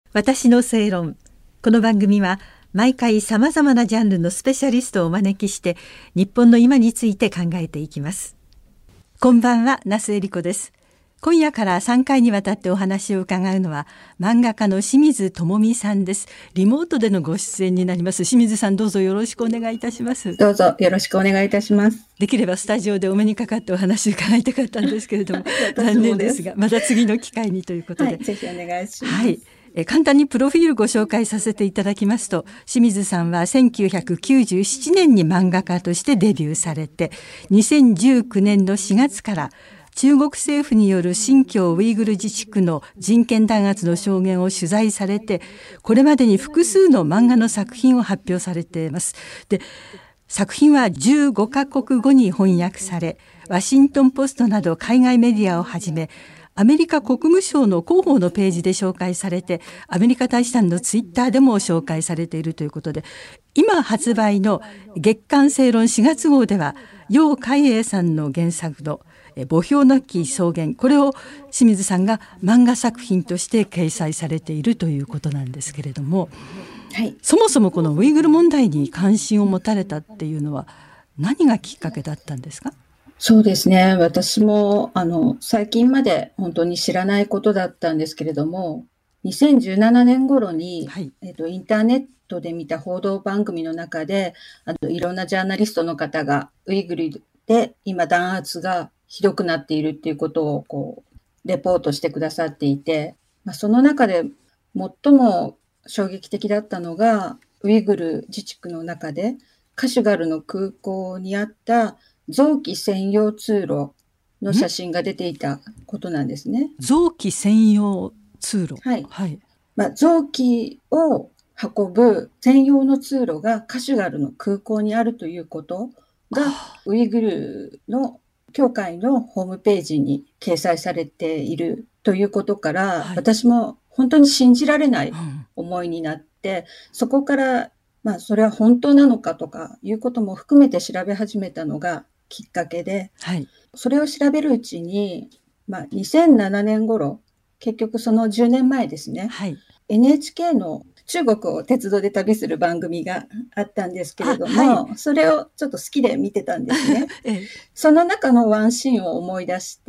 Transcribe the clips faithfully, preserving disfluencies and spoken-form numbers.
私の正論。この番組は毎回さまざまなジャンルのスペシャリストをお招きして日本の今について考えていきます。こんばんは、那須恵理子です。今夜からさんかいにわたってお話を伺うのは漫画家の清水智美さんです。リモートでのご出演になります。清水さん、どうぞよろしくお願いいたします。 どうぞよろしくお願いいたします。 できればスタジオでお目にかかってお話を伺いたかったんですけれども残念ですが、また次の機会にということで、 はい、ぜひお願いします。 はい、え簡単にプロフィールご紹介させていただきますと、清水さんはせんきゅうひゃくきゅうじゅうななねんに漫画家としてデビューされて、にせんじゅうきゅうねんのしがつから中国政府による新疆ウイグル自治区の人権弾圧の証言を取材されて、これまでに複数の漫画の作品を発表されています。で、作品はじゅうごかこくごに翻訳され、ワシントンポストなど海外メディアをはじめアメリカ国務省の広報のページで紹介されて、アメリカ大使館のツイッターでも紹介されているということで、今発売の月刊正論しがつ号では楊海英さんの原作の墓標なき草原、これを清水さんが漫画作品として掲載されているということなんですけれども、 はい、 そもそもこのウイグル問題に関心を持たれたっていうのは何がきっかけだったんですか？ そうですね。私もあの最近まで本当に知らないことだったんですけれども、にせんじゅうななねん頃に、はい、えっと、インターネットで見た報道番組の中で、あのいろんなジャーナリストの方がウイグルで今弾圧がひどくなっているっていうことをこうレポートしてくださっていて、まあ、その中で最も衝撃的だったのが、ウイグル自治区の中でカシュガルの空港にあった臓器専用通路の写真が出ていたことなんですね。 臓器専用通路、 はい、はい、まあ、臓器を運ぶ専用の通路がカシュガルの空港にあるということがウイグルの協会のホームページに掲載されているということから、はい、私も本当に信じられない思いになって、うん、そこからまあそれは本当なのかとかいうことも含めて調べ始めたのがきっかけで、はい、それを調べるうちに、まあ、にせんななねん頃、結局そのじゅうねんまえですね、はい、エヌエイチケー の中国を鉄道で旅する番組があったんですけれども、はい、それをちょっと好きで見てたんですね。ええ、その中のワンシーンを思い出して、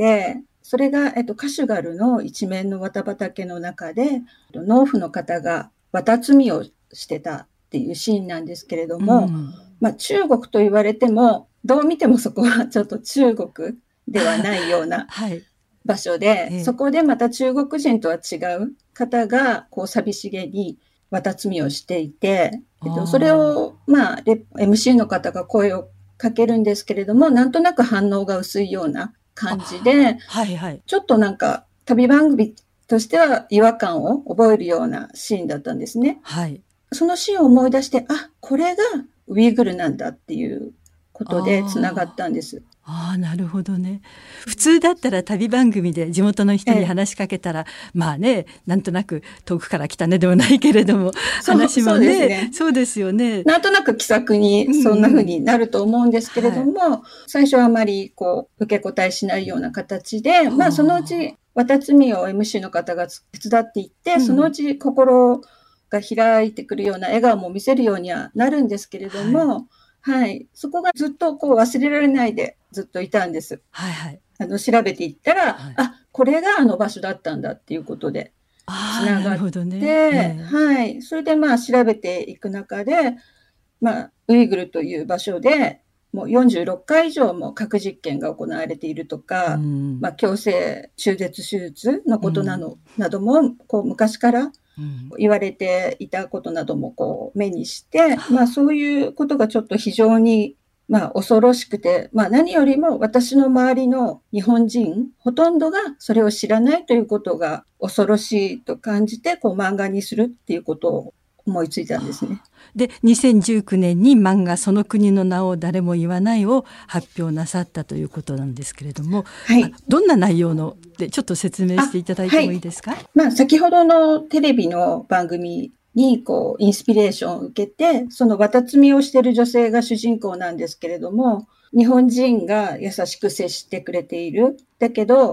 それが、えっと、カシュガルの一面の綿畑の中で、農夫の方が綿摘みをしてたっていうシーンなんですけれども、うん、まあ、中国と言われても、どう見てもそこはちょっと中国ではないような場所で、はいええ、そこでまた中国人とは違う方がこう寂しげに綿摘みをしていて、えっと、それを、まあ、エムシー の方が声をかけるんですけれども、なんとなく反応が薄いような感じで、はいはい、ちょっとなんか旅番組としては違和感を覚えるようなシーンだったんですね。はい、そのシーンを思い出して、あ、これがウイグルなんだっていうことでつながったんです。 ああ、なるほどね。普通だったら旅番組で地元の人に話しかけたら、ええ、まあね、なんとなく遠くから来たねではないけれども、話もね、そうですね。そうですよね。 なんとなく気さくにそんな風になると思うんですけれども、うんうんはい、最初はあまりこう受け答えしないような形で、まあそのうち綿摘みを エムシー の方が手伝っていって、うん、そのうち心が開いてくるような笑顔も見せるようにはなるんですけれども、はいはい。そこがずっとこう忘れられないでずっといたんです。はいはい。あの、調べていったら、はい、あ、これがあの場所だったんだっていうことで、つながって、ねえー、はい。それでまあ調べていく中で、まあ、ウイグルという場所で、もうよんじゅうろっかい以上も核実験が行われているとか、うん、まあ、強制中絶手術のことなの、うん、なども、こう昔から言われていたことなどもこう目にして、まあそういうことがちょっと非常にまあ恐ろしくて、まあ何よりも私の周りの日本人、ほとんどがそれを知らないということが恐ろしいと感じて、こう漫画にするっていうことを思いついたんですね。 で、にせんじゅうきゅうねんに漫画その国の名を誰も言わないを発表なさったということなんですけれども、はい、どんな内容のでちょっと説明していただいてもいいですか？ はい、まあ、先ほどのテレビの番組にこうインスピレーションを受けて、その綿摘みをしている女性が主人公なんですけれども、日本人が優しく接してくれている。だけど、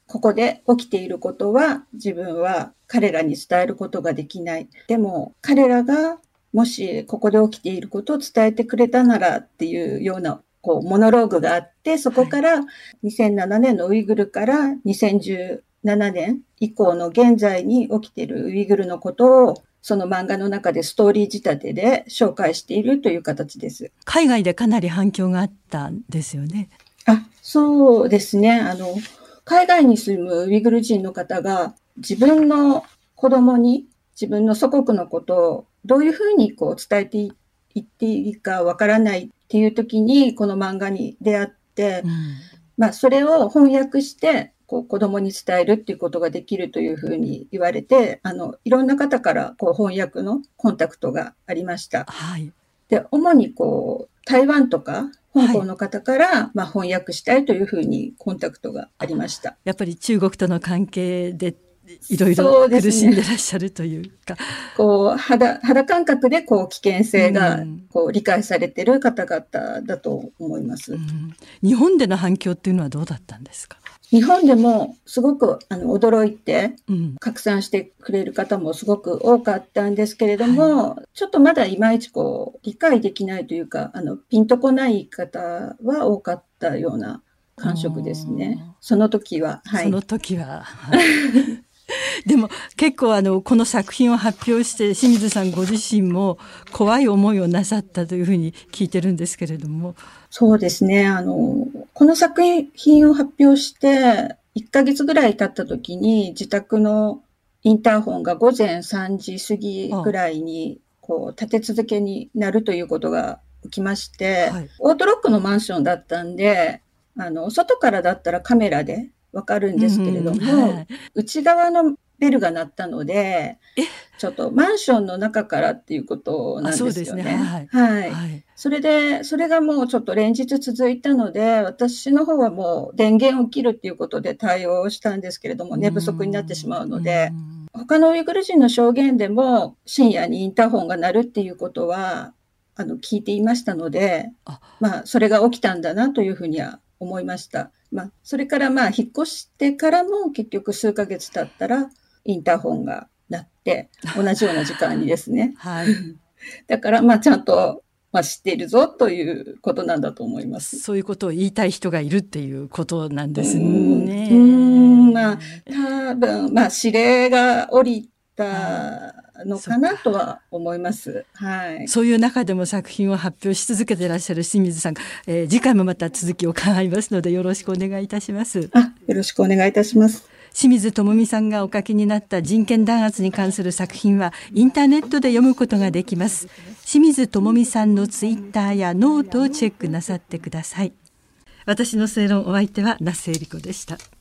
ここで起きていることは自分は彼らに伝えることができない。でも彼らがもしここで起きていることを伝えてくれたならっていうようなこうモノローグがあって、そこからにせんななねんのウイグルからにせんじゅうななねん以降の現在に起きているウイグルのことをその漫画の中でストーリー仕立てで紹介しているという形です。 海外でかなり反響があったんですよね。 あ、そうですね。あの、海外に住むウイグル人の方が自分の子供に自分の祖国のことをどういうふうにこう伝えていっていいかわからないっていう時にこの漫画に出会って、うん、まあそれを翻訳してこう子供に伝えるっていうことができるというふうに言われて、あのいろんな方からこう翻訳のコンタクトがありました。 はい、 で、主にこう台湾とか香港の方から、はい、まあ、翻訳したいというふうにコンタクトがありました。 やっぱり中国との関係でいろいろ苦しんでらっしゃるというか、 う、ね、こう 肌, 肌感覚でこう危険性がこう理解されている方々だと思います、うん、 日本での反響っていうのはどうだったんですか？ 日本でもすごくあの驚いて拡散してくれる方もすごく多かったんですけれども、はい、ちょっとまだいまいちこう理解できないというか、あのピンとこない方は多かったような感触ですね。その時は、 はい、その時は、はい、でも結構あのこの作品を発表して清水さんご自身も怖い思いをなさったというふうに聞いてるんですけれども。 そうですね。あの、この作品を発表していっかげつぐらい経った時に自宅のインターホンがごぜんさんじ過ぎぐらいにこう立て続けになるということが起きまして、はい、オートロックのマンションだったんで、あの、外からだったらカメラでわかるんですけれども、うんはい、内側のベルが鳴ったので、ちょっとマンションの中からっていうことなんですよね。そうですね。はい。はいはい、それで、それがもうちょっと連日続いたので、私の方はもう電源を切るっていうことで対応したんですけれども、寝不足になってしまうので、他のウイグル人の証言でも深夜にインターホンが鳴るっていうことは、あの、聞いていましたので、あまあ、それが起きたんだなというふうには思いました。まあ、それからまあ、引っ越してからも結局数ヶ月経ったら、インターホンが鳴って、同じような時間にですね。はい。だから、まあ、ちゃんと、まあ、知っているぞということなんだと思います。 そういうことを言いたい人がいるっていうことなんですね。 うーん、まあ、多分、まあ、指令が降りたのかなとは思います。はい。 そういう中でも作品を発表し続けていらっしゃる清水さん、えー、次回もまた続きを伺いますのでよろしくお願いいたします。 あ、よろしくお願いいたします。 清水智美さんがお書きになった人権弾圧に関する作品はインターネットで読むことができます。清水智美さんのツイッターやノートをチェックなさってください。私の正論、お相手は那須恵理子でした。